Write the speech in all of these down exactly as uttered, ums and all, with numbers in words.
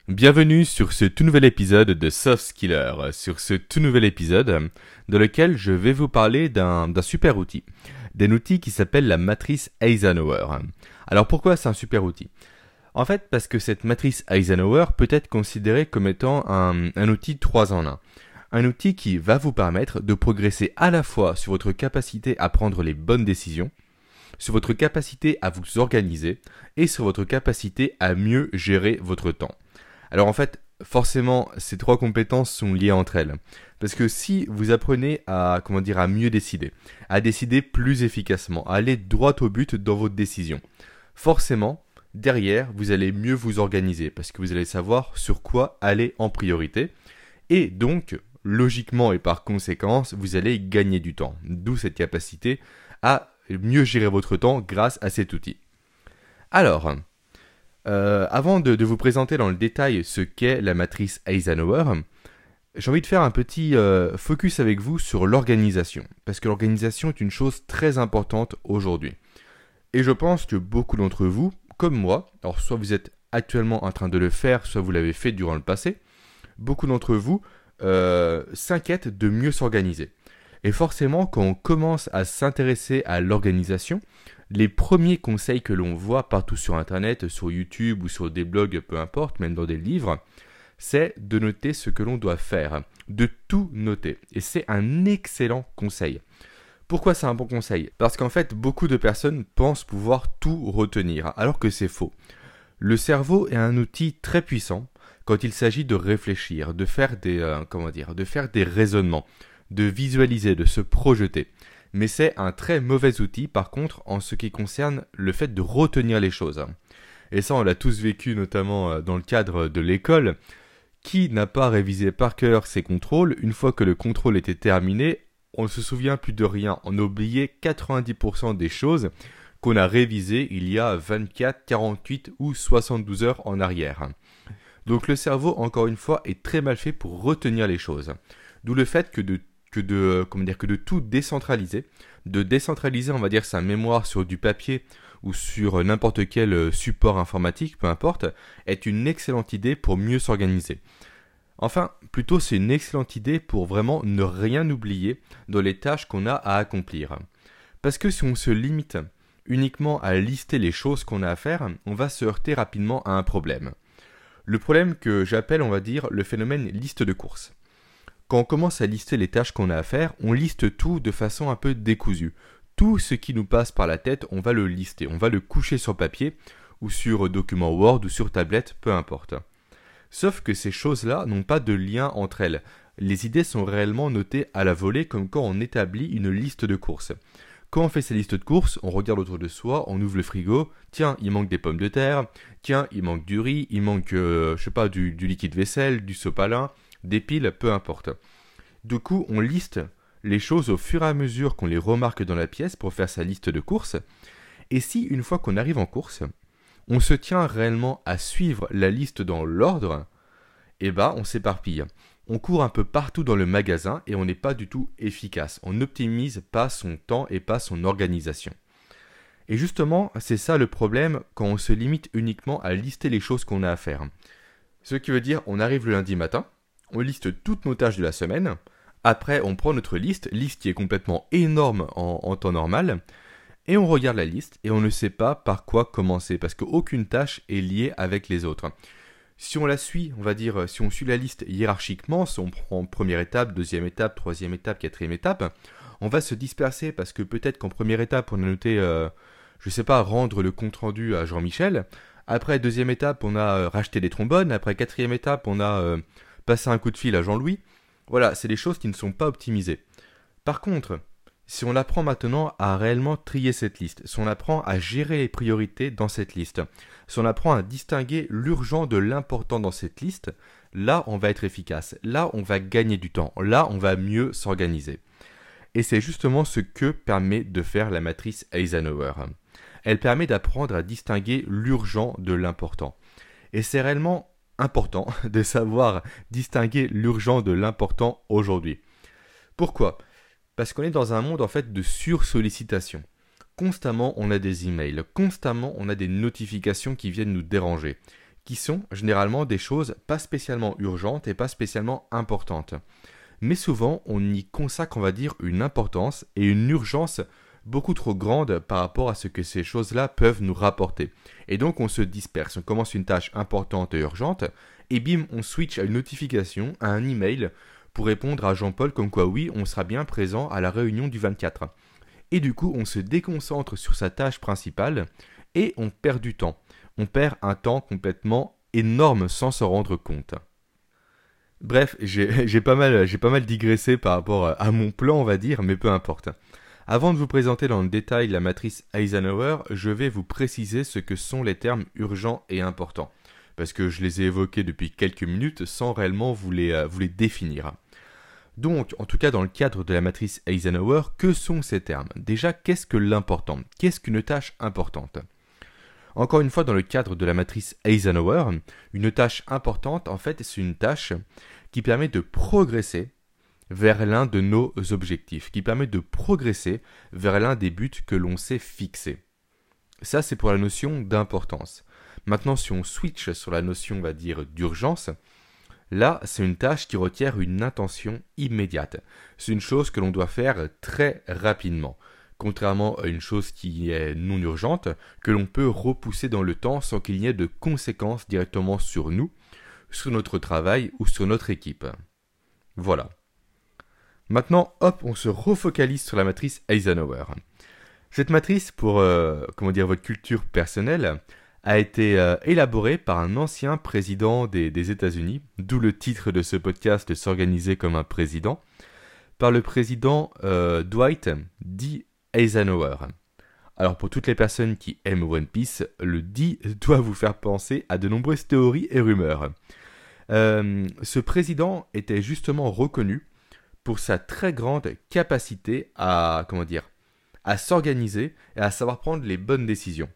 Bienvenue sur ce tout nouvel épisode de Soft Skiller, sur ce tout nouvel épisode dans lequel je vais vous parler d'un, d'un super outil, d'un outil qui s'appelle la matrice Eisenhower. Alors pourquoi c'est un super outil ? En fait, parce que cette matrice Eisenhower peut être considérée comme étant un, un outil trois en un. Un outil qui va vous permettre de progresser à la fois sur votre capacité à prendre les bonnes décisions, sur votre capacité à vous organiser et sur votre capacité à mieux gérer votre temps. Alors en fait, forcément, ces trois compétences sont liées entre elles. Parce que si vous apprenez à, comment dire, à mieux décider, à décider plus efficacement, à aller droit au but dans votre décision, forcément, derrière, vous allez mieux vous organiser parce que vous allez savoir sur quoi aller en priorité. Et donc, logiquement et par conséquence, vous allez gagner du temps. D'où cette capacité à mieux gérer votre temps grâce à cet outil. Alors, euh, avant de, de vous présenter dans le détail ce qu'est la matrice Eisenhower, j'ai envie de faire un petit euh, focus avec vous sur l'organisation. Parce que l'organisation est une chose très importante aujourd'hui. Et je pense que beaucoup d'entre vous, comme moi, alors soit vous êtes actuellement en train de le faire, soit vous l'avez fait durant le passé, beaucoup d'entre vous euh, s'inquiètent de mieux s'organiser. Et forcément, quand on commence à s'intéresser à l'organisation, les premiers conseils que l'on voit partout sur Internet, sur YouTube ou sur des blogs, peu importe, même dans des livres, c'est de noter ce que l'on doit faire, de tout noter. Et c'est un excellent conseil. Pourquoi c'est un bon conseil ? Parce qu'en fait, beaucoup de personnes pensent pouvoir tout retenir, alors que c'est faux. Le cerveau est un outil très puissant quand il s'agit de réfléchir, de faire des, euh, comment dire, de faire des raisonnements, de visualiser, de se projeter. Mais c'est un très mauvais outil, par contre, en ce qui concerne le fait de retenir les choses. Et ça, on l'a tous vécu, notamment dans le cadre de l'école. Qui n'a pas révisé par cœur ses contrôles ? Une fois que le contrôle était terminé, on ne se souvient plus de rien. On a oublié quatre-vingt-dix pour cent des choses qu'on a révisées il y a vingt-quatre, quarante-huit ou soixante-douze heures en arrière. Donc le cerveau, encore une fois, est très mal fait pour retenir les choses. D'où le fait que de que de, comment dire, que de tout décentraliser, de décentraliser, on va dire, sa mémoire sur du papier ou sur n'importe quel support informatique, peu importe, est une excellente idée pour mieux s'organiser. Enfin, plutôt, c'est une excellente idée pour vraiment ne rien oublier dans les tâches qu'on a à accomplir. Parce que si on se limite uniquement à lister les choses qu'on a à faire, on va se heurter rapidement à un problème. Le problème que j'appelle, on va dire, le phénomène liste de courses. Quand on commence à lister les tâches qu'on a à faire, on liste tout de façon un peu décousue. Tout ce qui nous passe par la tête, on va le lister, on va le coucher sur papier, ou sur document Word, ou sur tablette, peu importe. Sauf que ces choses-là n'ont pas de lien entre elles. Les idées sont réellement notées à la volée, comme quand on établit une liste de courses. Quand on fait sa liste de courses, on regarde autour de soi, on ouvre le frigo, tiens, il manque des pommes de terre, tiens, il manque du riz, il manque, euh, je sais pas, du, du liquide vaisselle, du sopalin, des piles, peu importe. Du coup, on liste les choses au fur et à mesure qu'on les remarque dans la pièce pour faire sa liste de courses. Et si, une fois qu'on arrive en course, on se tient réellement à suivre la liste dans l'ordre, eh ben, on s'éparpille. On court un peu partout dans le magasin et on n'est pas du tout efficace. On n'optimise pas son temps et pas son organisation. Et justement, c'est ça le problème quand on se limite uniquement à lister les choses qu'on a à faire. Ce qui veut dire, on arrive le lundi matin, on liste toutes nos tâches de la semaine. Après, on prend notre liste, liste qui est complètement énorme en, en temps normal, et on regarde la liste et on ne sait pas par quoi commencer parce qu'aucune tâche est liée avec les autres. Si on la suit, on va dire, si on suit la liste hiérarchiquement, si on prend première étape, deuxième étape, troisième étape, quatrième étape, on va se disperser parce que peut-être qu'en première étape, on a noté, euh, je ne sais pas, rendre le compte-rendu à Jean-Michel. Après, deuxième étape, on a euh, racheté des trombones. Après, quatrième étape, on a euh, passé un coup de fil à Jean-Louis. Voilà, c'est des choses qui ne sont pas optimisées. Par contre, si on apprend maintenant à réellement trier cette liste, si on apprend à gérer les priorités dans cette liste, si on apprend à distinguer l'urgent de l'important dans cette liste, là, on va être efficace. Là, on va gagner du temps. Là, on va mieux s'organiser. Et c'est justement ce que permet de faire la matrice Eisenhower. Elle permet d'apprendre à distinguer l'urgent de l'important. Et c'est réellement important de savoir distinguer l'urgent de l'important aujourd'hui. Pourquoi ? Parce qu'on est dans un monde en fait de sursollicitation. Constamment, on a des emails, constamment, on a des notifications qui viennent nous déranger, qui sont généralement des choses pas spécialement urgentes et pas spécialement importantes. Mais souvent, on y consacre, on va dire, une importance et une urgence beaucoup trop grande par rapport à ce que ces choses-là peuvent nous rapporter. Et donc, on se disperse. On commence une tâche importante et urgente, et bim, on switch à une notification, à un email, pour répondre à Jean-Paul comme quoi oui, on sera bien présent à la réunion du vingt-quatre. Et du coup, on se déconcentre sur sa tâche principale, et on perd du temps. On perd un temps complètement énorme sans s'en rendre compte. Bref, j'ai, j'ai, pas mal, j'ai pas mal digressé par rapport à mon plan, on va dire, mais peu importe. Avant de vous présenter dans le détail la matrice Eisenhower, je vais vous préciser ce que sont les termes urgents et importants, parce que je les ai évoqués depuis quelques minutes sans réellement vous les, euh, vous les définir. Donc, en tout cas dans le cadre de la matrice Eisenhower, que sont ces termes ? Déjà, qu'est-ce que l'important ? Qu'est-ce qu'une tâche importante ? Encore une fois, dans le cadre de la matrice Eisenhower, une tâche importante, en fait, c'est une tâche qui permet de progresser vers l'un de nos objectifs, qui permet de progresser vers l'un des buts que l'on s'est fixés. Ça, c'est pour la notion d'importance. Maintenant, si on switch sur la notion, on va dire, d'urgence, là, c'est une tâche qui requiert une intention immédiate. C'est une chose que l'on doit faire très rapidement. Contrairement à une chose qui est non urgente, que l'on peut repousser dans le temps sans qu'il n'y ait de conséquences directement sur nous, sur notre travail ou sur notre équipe. Voilà. Maintenant, hop, on se refocalise sur la matrice Eisenhower. Cette matrice, pour euh, comment dire, votre culture personnelle, a été euh, élaborée par un ancien président des, des États-Unis, d'où le titre de ce podcast, S'organiser comme un président, par le président euh, Dwight D. Eisenhower. Alors pour toutes les personnes qui aiment One Piece, le D doit vous faire penser à de nombreuses théories et rumeurs. Euh, ce président était justement reconnu pour sa très grande capacité à, comment dire, à s'organiser et à savoir prendre les bonnes décisions.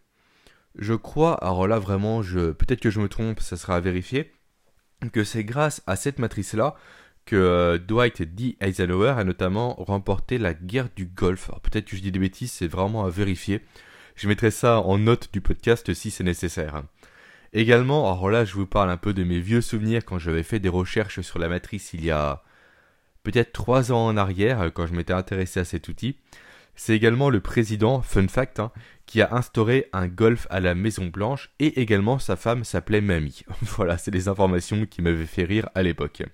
Je crois, alors là vraiment, je, peut-être que je me trompe, ça sera à vérifier, que c'est grâce à cette matrice-là que euh, Dwight D. Eisenhower a notamment remporté la guerre du Golfe. Alors peut-être que je dis des bêtises, c'est vraiment à vérifier. Je mettrai ça en note du podcast si c'est nécessaire. Également, alors là je vous parle un peu de mes vieux souvenirs quand j'avais fait des recherches sur la matrice il y a peut-être trois ans en arrière, quand je m'étais intéressé à cet outil. C'est également le président, fun fact, hein, qui a instauré un golf à la Maison Blanche et également sa femme s'appelait Mamie. Voilà, c'est des informations qui m'avaient fait rire à l'époque.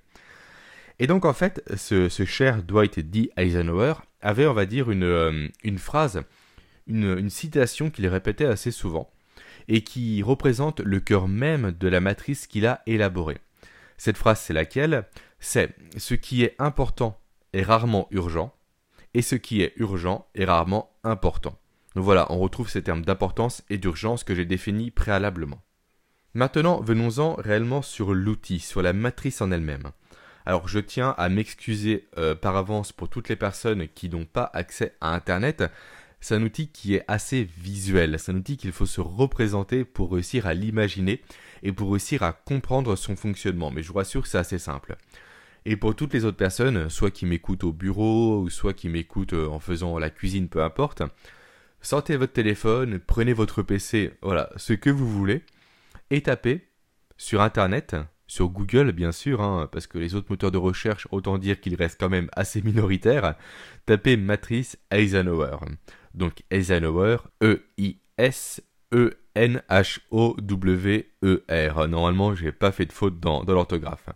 Et donc en fait, ce, ce cher Dwight D. Eisenhower avait, on va dire, une, euh, une phrase, une, une citation qu'il répétait assez souvent et qui représente le cœur même de la matrice qu'il a élaborée. Cette phrase, c'est laquelle ? C'est « ce qui est important est rarement urgent et ce qui est urgent est rarement important ». Donc voilà, on retrouve ces termes d'importance et d'urgence que j'ai définis préalablement. Maintenant, venons-en réellement sur l'outil, sur la matrice en elle-même. Alors je tiens à m'excuser euh, par avance pour toutes les personnes qui n'ont pas accès à Internet. C'est un outil qui est assez visuel, c'est un outil qu'il faut se représenter pour réussir à l'imaginer et pour réussir à comprendre son fonctionnement. Mais je vous rassure que c'est assez simple. Et pour toutes les autres personnes, soit qui m'écoutent au bureau, ou soit qui m'écoutent en faisant la cuisine, peu importe, sortez votre téléphone, prenez votre P C, voilà, ce que vous voulez, et tapez sur Internet, sur Google bien sûr, hein, parce que les autres moteurs de recherche, autant dire qu'ils restent quand même assez minoritaires, tapez matrice Eisenhower. Donc Eisenhower, E I S E N H O W E R. Normalement, je n'ai pas fait de faute dans, dans l'orthographe.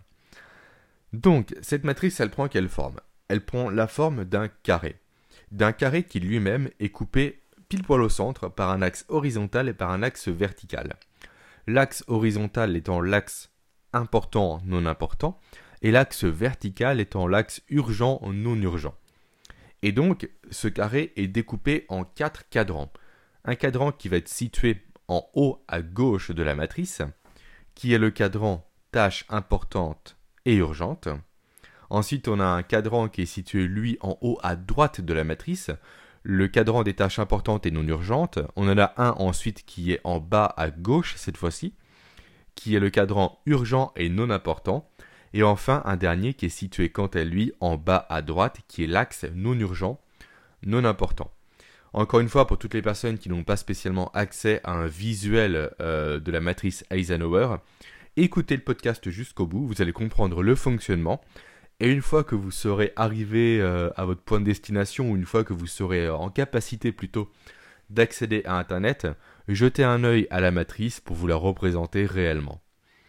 Donc, cette matrice, elle prend quelle forme ? Elle prend la forme d'un carré. D'un carré qui lui-même est coupé pile poil au centre par un axe horizontal et par un axe vertical. L'axe horizontal étant l'axe important, non important, et l'axe vertical étant l'axe urgent, non urgent. Et donc, ce carré est découpé en quatre cadrans. Un cadran qui va être situé en haut à gauche de la matrice, qui est le cadran tâche importante et urgente. Ensuite, on a un cadran qui est situé, lui, en haut à droite de la matrice, le cadran des tâches importantes et non urgentes. On en a un ensuite qui est en bas à gauche, cette fois-ci, qui est le cadran urgent et non important. Et enfin, un dernier qui est situé quant à lui en bas à droite, qui est l'axe non urgent, non important. Encore une fois, pour toutes les personnes qui n'ont pas spécialement accès à un visuel euh, de la matrice Eisenhower, écoutez le podcast jusqu'au bout, vous allez comprendre le fonctionnement. Et une fois que vous serez arrivé euh, à votre point de destination, ou une fois que vous serez en capacité plutôt d'accéder à Internet, jetez un œil à la matrice pour vous la représenter réellement.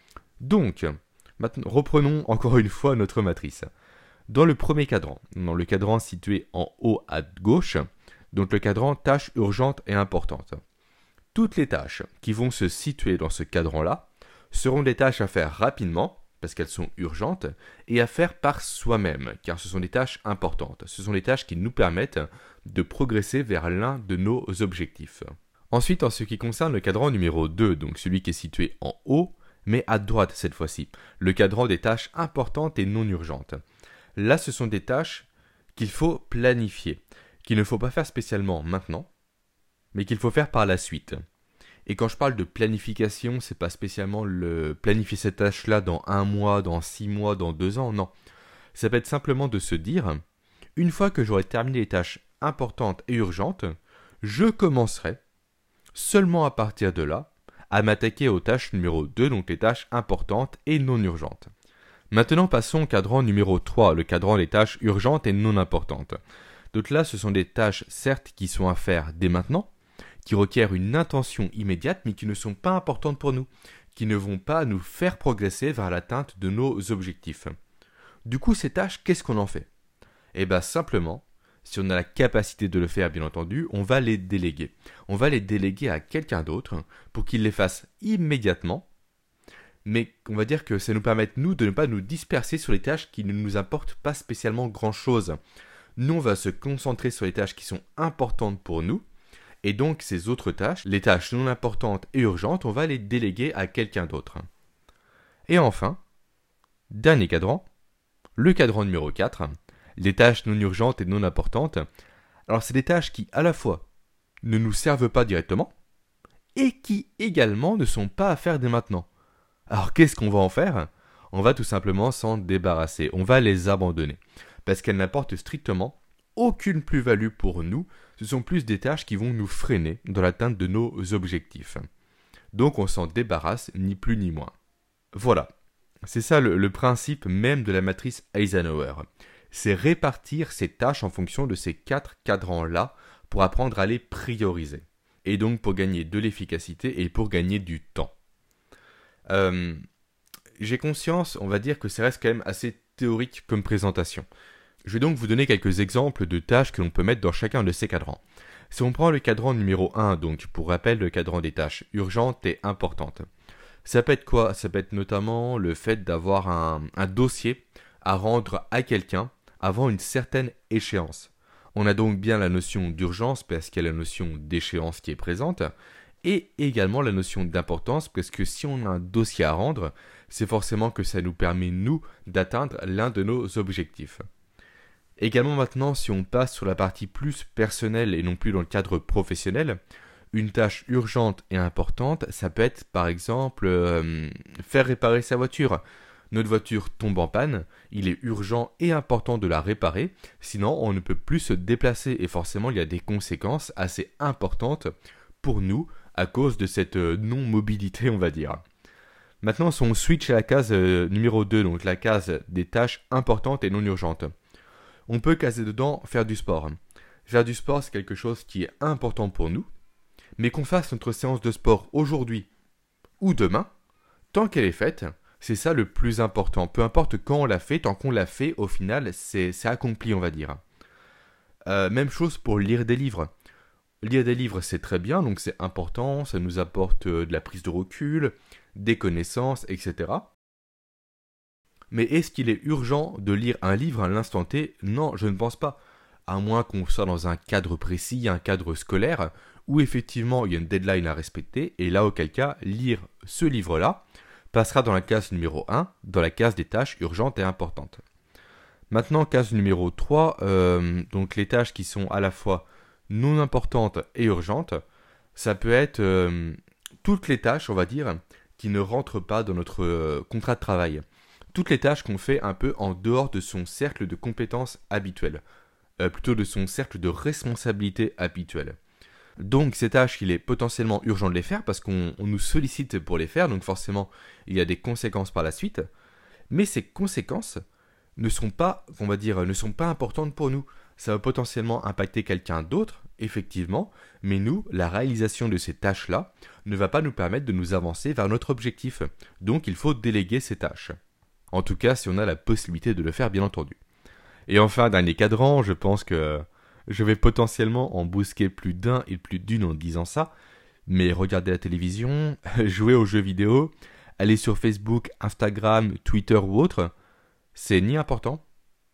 Donc, maintenant, reprenons encore une fois notre matrice. Dans le premier cadran, dans le cadran situé en haut à gauche, donc le cadran tâches urgentes et importantes. Toutes les tâches qui vont se situer dans ce cadran-là seront des tâches à faire rapidement, parce qu'elles sont urgentes, et à faire par soi-même, car ce sont des tâches importantes. Ce sont des tâches qui nous permettent de progresser vers l'un de nos objectifs. Ensuite, en ce qui concerne le cadran numéro deux, donc celui qui est situé en haut, mais à droite cette fois-ci, le cadran des tâches importantes et non urgentes. Là, ce sont des tâches qu'il faut planifier, qu'il ne faut pas faire spécialement maintenant, mais qu'il faut faire par la suite. Et quand je parle de planification, c'est pas spécialement le planifier cette tâche-là dans un mois, dans six mois, dans deux ans, non. Ça peut être simplement de se dire, une fois que j'aurai terminé les tâches importantes et urgentes, je commencerai, seulement à partir de là, à m'attaquer aux tâches numéro deux, donc les tâches importantes et non urgentes. Maintenant, passons au cadran numéro trois, le cadran des tâches urgentes et non importantes. Donc là, ce sont des tâches, certes, qui sont à faire dès maintenant, qui requièrent une intention immédiate, mais qui ne sont pas importantes pour nous, qui ne vont pas nous faire progresser vers l'atteinte de nos objectifs. Du coup, ces tâches, qu'est-ce qu'on en fait? Eh bien, simplement, si on a la capacité de le faire, bien entendu, on va les déléguer. On va les déléguer à quelqu'un d'autre pour qu'il les fasse immédiatement, mais on va dire que ça nous permet, nous, de ne pas nous disperser sur les tâches qui ne nous apportent pas spécialement grand-chose. Nous, on va se concentrer sur les tâches qui sont importantes pour nous, et donc ces autres tâches, les tâches non importantes et urgentes, on va les déléguer à quelqu'un d'autre. Et enfin, dernier cadran, le cadran numéro quatre, les tâches non urgentes et non importantes. Alors c'est des tâches qui, à la fois, ne nous servent pas directement, et qui également ne sont pas à faire dès maintenant. Alors qu'est-ce qu'on va en faire? On va tout simplement s'en débarrasser, on va les abandonner, parce qu'elles n'apportent strictement aucune plus-value pour nous, ce sont plus des tâches qui vont nous freiner dans l'atteinte de nos objectifs. Donc on s'en débarrasse ni plus ni moins. Voilà, c'est ça le, le principe même de la matrice Eisenhower. C'est répartir ces tâches en fonction de ces quatre cadrans-là pour apprendre à les prioriser. Et donc pour gagner de l'efficacité et pour gagner du temps. Euh, j'ai conscience, on va dire que ça reste quand même assez théorique comme présentation. Je vais donc vous donner quelques exemples de tâches que l'on peut mettre dans chacun de ces cadrans. Si on prend le cadran numéro un, donc pour rappel le cadran des tâches urgentes et importantes. Ça peut être quoi? Ça peut être notamment le fait d'avoir un, un dossier à rendre à quelqu'un avant une certaine échéance. On a donc bien la notion d'urgence parce qu'il y a la notion d'échéance qui est présente, et également la notion d'importance parce que si on a un dossier à rendre, c'est forcément que ça nous permet, nous, d'atteindre l'un de nos objectifs. Également maintenant, si on passe sur la partie plus personnelle et non plus dans le cadre professionnel, une tâche urgente et importante, ça peut être par exemple euh, faire réparer sa voiture. Notre voiture tombe en panne, il est urgent et important de la réparer, sinon on ne peut plus se déplacer et forcément il y a des conséquences assez importantes pour nous à cause de cette non-mobilité, on va dire. Maintenant, si on switch à la case euh, numéro deux, donc la case des tâches importantes et non urgentes, on peut caser dedans faire du sport. Faire du sport, c'est quelque chose qui est important pour nous, mais qu'on fasse notre séance de sport aujourd'hui ou demain, tant qu'elle est faite, c'est ça le plus important. Peu importe quand on l'a fait, tant qu'on l'a fait, au final, c'est, c'est accompli, on va dire. Euh, même chose pour lire des livres. Lire des livres, c'est très bien, donc c'est important, ça nous apporte de la prise de recul, des connaissances, et cetera. Mais est-ce qu'il est urgent de lire un livre à l'instant T? Non, je ne pense pas. À moins qu'on soit dans un cadre précis, un cadre scolaire, où effectivement il y a une deadline à respecter, et là auquel cas, lire ce livre-là passera dans la case numéro un, dans la case des tâches urgentes et importantes. Maintenant, case numéro trois, euh, donc les tâches qui sont à la fois non importantes et urgentes, ça peut être euh, toutes les tâches, on va dire, qui ne rentrent pas dans notre euh, contrat de travail. Toutes les tâches qu'on fait un peu en dehors de son cercle de compétences habituelles. euh, plutôt de son cercle de responsabilité habituel. Donc ces tâches, il est potentiellement urgent de les faire parce qu'on on nous sollicite pour les faire, donc forcément il y a des conséquences par la suite, mais ces conséquences ne sont pas, on va dire, ne sont pas importantes pour nous. Ça va potentiellement impacter quelqu'un d'autre, effectivement, mais nous, la réalisation de ces tâches-là ne va pas nous permettre de nous avancer vers notre objectif. Donc il faut déléguer ces tâches. En tout cas, si on a la possibilité de le faire, bien entendu. Et enfin, dernier cadran, je pense que je vais potentiellement en bousquer plus d'un et plus d'une en disant ça, mais regarder la télévision, jouer aux jeux vidéo, aller sur Facebook, Instagram, Twitter ou autre, c'est ni important,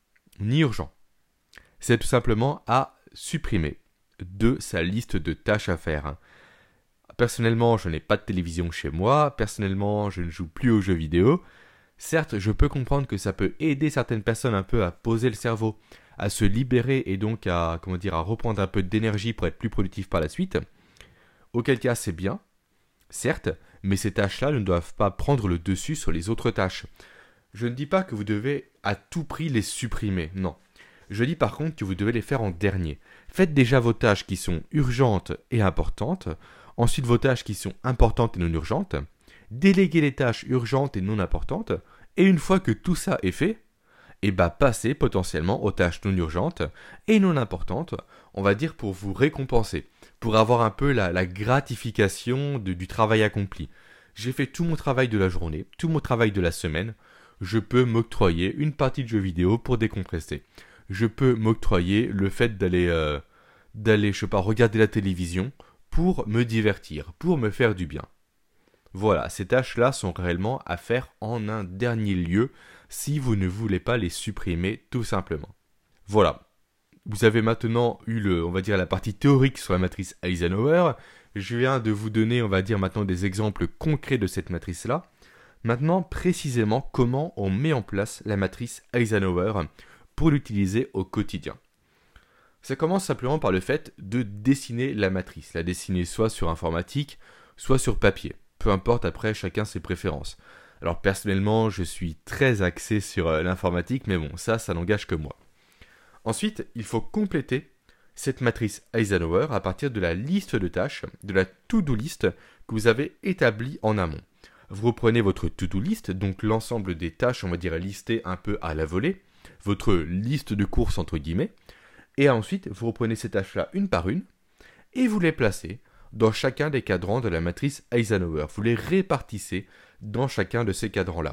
ni urgent. C'est tout simplement à supprimer de sa liste de tâches à faire. Personnellement, je n'ai pas de télévision chez moi, personnellement, je ne joue plus aux jeux vidéo. Certes, je peux comprendre que ça peut aider certaines personnes un peu à poser le cerveau, à se libérer et donc à, comment dire, à reprendre un peu d'énergie pour être plus productif par la suite. Auquel cas, c'est bien, certes, mais ces tâches-là ne doivent pas prendre le dessus sur les autres tâches. Je ne dis pas que vous devez à tout prix les supprimer, non. Je dis par contre que vous devez les faire en dernier. Faites déjà vos tâches qui sont urgentes et importantes, ensuite vos tâches qui sont importantes et non urgentes, déléguez les tâches urgentes et non importantes, et une fois que tout ça est fait, et bah passez potentiellement aux tâches non urgentes et non importantes, on va dire pour vous récompenser, pour avoir un peu la, la gratification de, du travail accompli. J'ai fait tout mon travail de la journée, tout mon travail de la semaine, je peux m'octroyer une partie de jeu vidéo pour décompresser. Je peux m'octroyer le fait d'aller, euh, d'aller, je sais pas, regarder la télévision pour me divertir, pour me faire du bien. Voilà, ces tâches-là sont réellement à faire en un dernier lieu si vous ne voulez pas les supprimer tout simplement. Voilà, vous avez maintenant eu le, on va dire, la partie théorique sur la matrice Eisenhower. Je viens de vous donner, on va dire, maintenant des exemples concrets de cette matrice-là. Maintenant, précisément, comment on met en place la matrice Eisenhower pour l'utiliser au quotidien. Ça commence simplement par le fait de dessiner la matrice, la dessiner soit sur informatique, soit sur papier. Peu importe, après, chacun ses préférences. Alors personnellement, je suis très axé sur euh, l'informatique, mais bon, ça, ça n'engage que moi. Ensuite, il faut compléter cette matrice Eisenhower à partir de la liste de tâches, de la to-do list que vous avez établie en amont. Vous reprenez votre to-do list, donc l'ensemble des tâches, on va dire listées un peu à la volée, votre liste de courses entre guillemets, et ensuite vous reprenez ces tâches-là une par une, et vous les placez dans chacun des cadrans de la matrice Eisenhower. Vous les répartissez dans chacun de ces cadrans-là.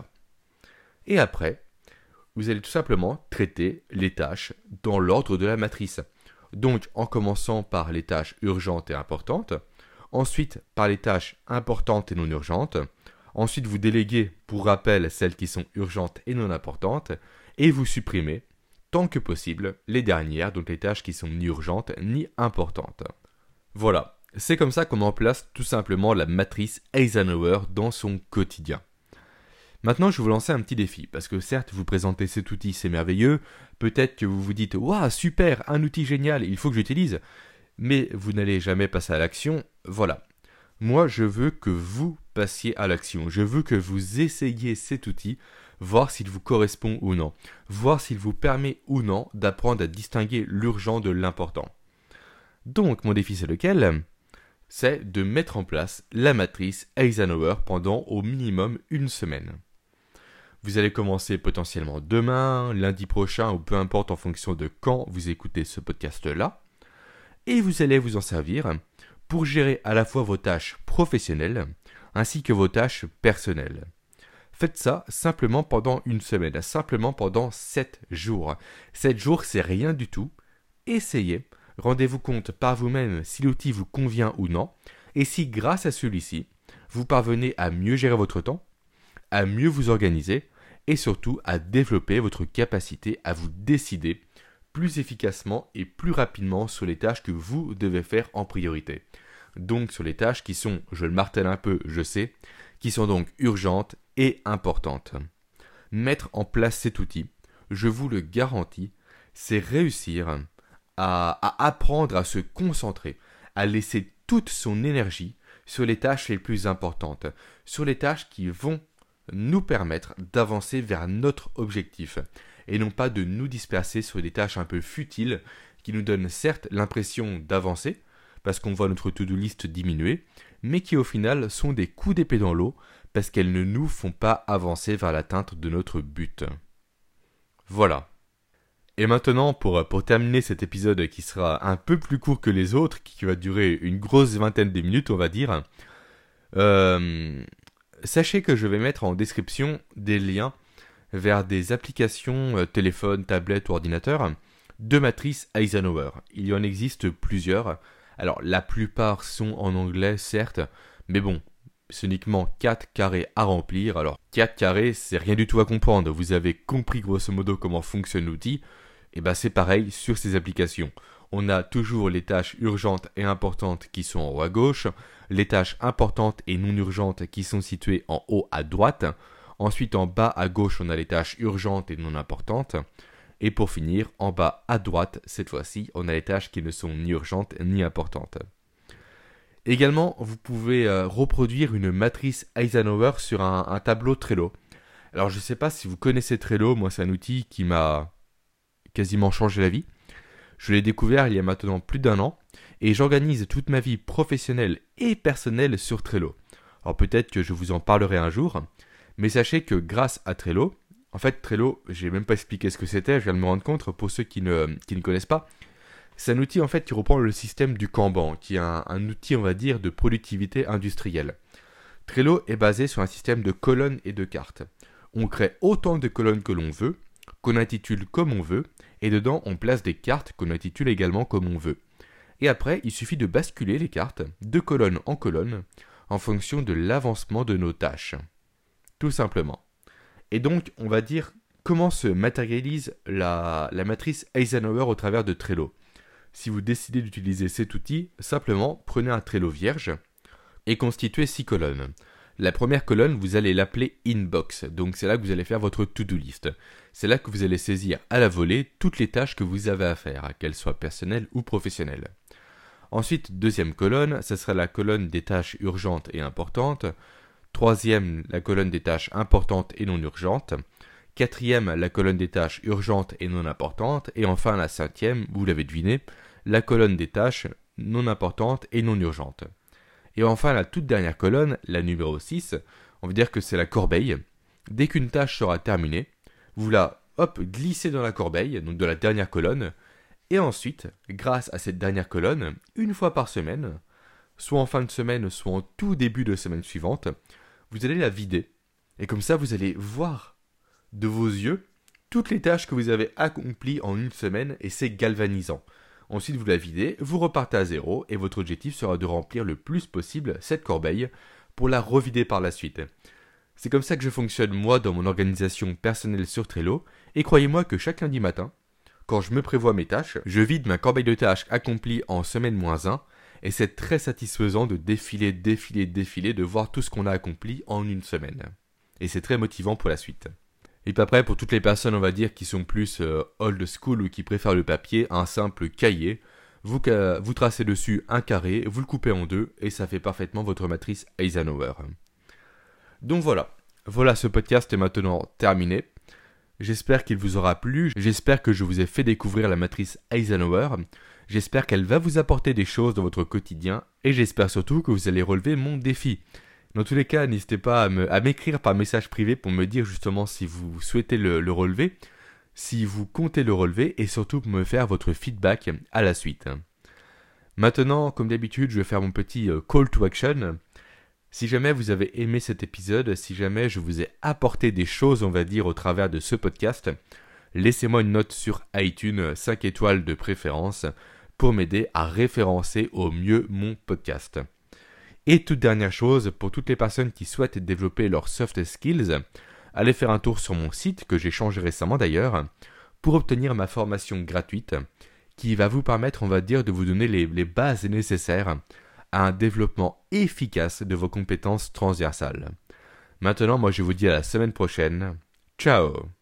Et après, vous allez tout simplement traiter les tâches dans l'ordre de la matrice. Donc en commençant par les tâches urgentes et importantes, ensuite par les tâches importantes et non urgentes, ensuite vous déléguez pour rappel celles qui sont urgentes et non importantes, et vous supprimez, tant que possible, les dernières, donc les tâches qui sont ni urgentes ni importantes. Voilà, c'est comme ça qu'on met en place tout simplement la matrice Eisenhower dans son quotidien. Maintenant, je vais vous lancer un petit défi, parce que certes, vous présentez cet outil, c'est merveilleux, peut-être que vous vous dites « Waouh, super, un outil génial, il faut que j'utilise », mais vous n'allez jamais passer à l'action, voilà. Moi, je veux que vous passiez à l'action, je veux que vous essayiez cet outil, voir s'il vous correspond ou non, voir s'il vous permet ou non d'apprendre à distinguer l'urgent de l'important. Donc, mon défi, c'est lequel ? C'est de mettre en place la matrice Eisenhower pendant au minimum une semaine. Vous allez commencer potentiellement demain, lundi prochain ou peu importe en fonction de quand vous écoutez ce podcast-là. Et vous allez vous en servir pour gérer à la fois vos tâches professionnelles ainsi que vos tâches personnelles. Faites ça simplement pendant une semaine, simplement pendant sept jours. sept jours, c'est rien du tout. Essayez, rendez-vous compte par vous-même si l'outil vous convient ou non, et si grâce à celui-ci, vous parvenez à mieux gérer votre temps, à mieux vous organiser, et surtout à développer votre capacité à vous décider plus efficacement et plus rapidement sur les tâches que vous devez faire en priorité. Donc sur les tâches qui sont, je le martèle un peu, je sais, qui sont donc urgentes et importantes. Mettre en place cet outil, je vous le garantis, c'est réussir à, à apprendre à se concentrer, à laisser toute son énergie sur les tâches les plus importantes, sur les tâches qui vont nous permettre d'avancer vers notre objectif et non pas de nous disperser sur des tâches un peu futiles qui nous donnent certes l'impression d'avancer parce qu'on voit notre to-do list diminuer, mais qui au final sont des coups d'épée dans l'eau parce qu'elles ne nous font pas avancer vers l'atteinte de notre but. Voilà. Et maintenant, pour, pour terminer cet épisode qui sera un peu plus court que les autres, qui va durer une grosse vingtaine de minutes, on va dire, euh, sachez que je vais mettre en description des liens vers des applications euh, téléphone, tablette ou ordinateur de matrice Eisenhower. Il y en existe plusieurs. Alors, la plupart sont en anglais, certes, mais bon, c'est uniquement quatre carrés à remplir. Alors, quatre carrés, c'est rien du tout à comprendre. Vous avez compris grosso modo comment fonctionne l'outil. Et bien, c'est pareil sur ces applications. On a toujours les tâches urgentes et importantes qui sont en haut à gauche, les tâches importantes et non urgentes qui sont situées en haut à droite. Ensuite, en bas à gauche, on a les tâches urgentes et non importantes. Et pour finir, en bas à droite, cette fois-ci, on a les tâches qui ne sont ni urgentes ni importantes. Également, vous pouvez euh, reproduire une matrice Eisenhower sur un, un tableau Trello. Alors, je ne sais pas si vous connaissez Trello, moi c'est un outil qui m'a quasiment changé la vie. Je l'ai découvert il y a maintenant plus d'un an et j'organise toute ma vie professionnelle et personnelle sur Trello. Alors peut-être que je vous en parlerai un jour, mais sachez que grâce à Trello, en fait Trello, j'ai même pas expliqué ce que c'était, je viens de me rendre compte pour ceux qui ne, qui ne connaissent pas. C'est un outil en fait qui reprend le système du Kanban, qui est un, un outil on va dire de productivité industrielle. Trello est basé sur un système de colonnes et de cartes. On crée autant de colonnes que l'on veut, qu'on intitule comme on veut, et dedans on place des cartes qu'on intitule également comme on veut. Et après, il suffit de basculer les cartes de colonne en colonne en fonction de l'avancement de nos tâches. Tout simplement. Et donc, on va dire comment se matérialise la, la matrice Eisenhower au travers de Trello. Si vous décidez d'utiliser cet outil, simplement prenez un Trello vierge et constituez six colonnes. La première colonne, vous allez l'appeler Inbox, donc c'est là que vous allez faire votre to-do list. C'est là que vous allez saisir à la volée toutes les tâches que vous avez à faire, qu'elles soient personnelles ou professionnelles. Ensuite, deuxième colonne, ce sera la colonne des tâches urgentes et importantes. Troisième, la colonne des tâches importantes et non urgentes. Quatrième, la colonne des tâches urgentes et non importantes. Et enfin, la cinquième, vous l'avez deviné, la colonne des tâches non importantes et non urgentes. Et enfin, la toute dernière colonne, la numéro six, on veut dire que c'est la corbeille. Dès qu'une tâche sera terminée, vous la hop, glissez dans la corbeille, donc de la dernière colonne. Et ensuite, grâce à cette dernière colonne, une fois par semaine, soit en fin de semaine, soit en tout début de semaine suivante, vous allez la vider. Et comme ça, vous allez voir de vos yeux toutes les tâches que vous avez accomplies en une semaine et c'est galvanisant. Ensuite, vous la videz, vous repartez à zéro et votre objectif sera de remplir le plus possible cette corbeille pour la revider par la suite. C'est comme ça que je fonctionne moi dans mon organisation personnelle sur Trello et croyez-moi que chaque lundi matin, quand je me prévois mes tâches, je vide ma corbeille de tâches accomplies en semaine moins un et c'est très satisfaisant de défiler, défiler, défiler, de voir tout ce qu'on a accompli en une semaine. Et c'est très motivant pour la suite. Et puis après, pour toutes les personnes, on va dire, qui sont plus euh, old school ou qui préfèrent le papier, un simple cahier, vous, ca- vous tracez dessus un carré, vous le coupez en deux, et ça fait parfaitement votre matrice Eisenhower. Donc voilà, voilà ce podcast est maintenant terminé. J'espère qu'il vous aura plu, j'espère que je vous ai fait découvrir la matrice Eisenhower, j'espère qu'elle va vous apporter des choses dans votre quotidien, et j'espère surtout que vous allez relever mon défi. Dans tous les cas, n'hésitez pas à, me, à m'écrire par message privé pour me dire justement si vous souhaitez le, le relever, si vous comptez le relever et surtout pour me faire votre feedback à la suite. Maintenant, comme d'habitude, je vais faire mon petit call to action. Si jamais vous avez aimé cet épisode, si jamais je vous ai apporté des choses, on va dire, au travers de ce podcast, laissez-moi une note sur iTunes, cinq étoiles de préférence, pour m'aider à référencer au mieux mon podcast. Et toute dernière chose, pour toutes les personnes qui souhaitent développer leurs soft skills, allez faire un tour sur mon site, que j'ai changé récemment d'ailleurs, pour obtenir ma formation gratuite, qui va vous permettre, on va dire, de vous donner les, les bases nécessaires à un développement efficace de vos compétences transversales. Maintenant, moi je vous dis à la semaine prochaine. Ciao!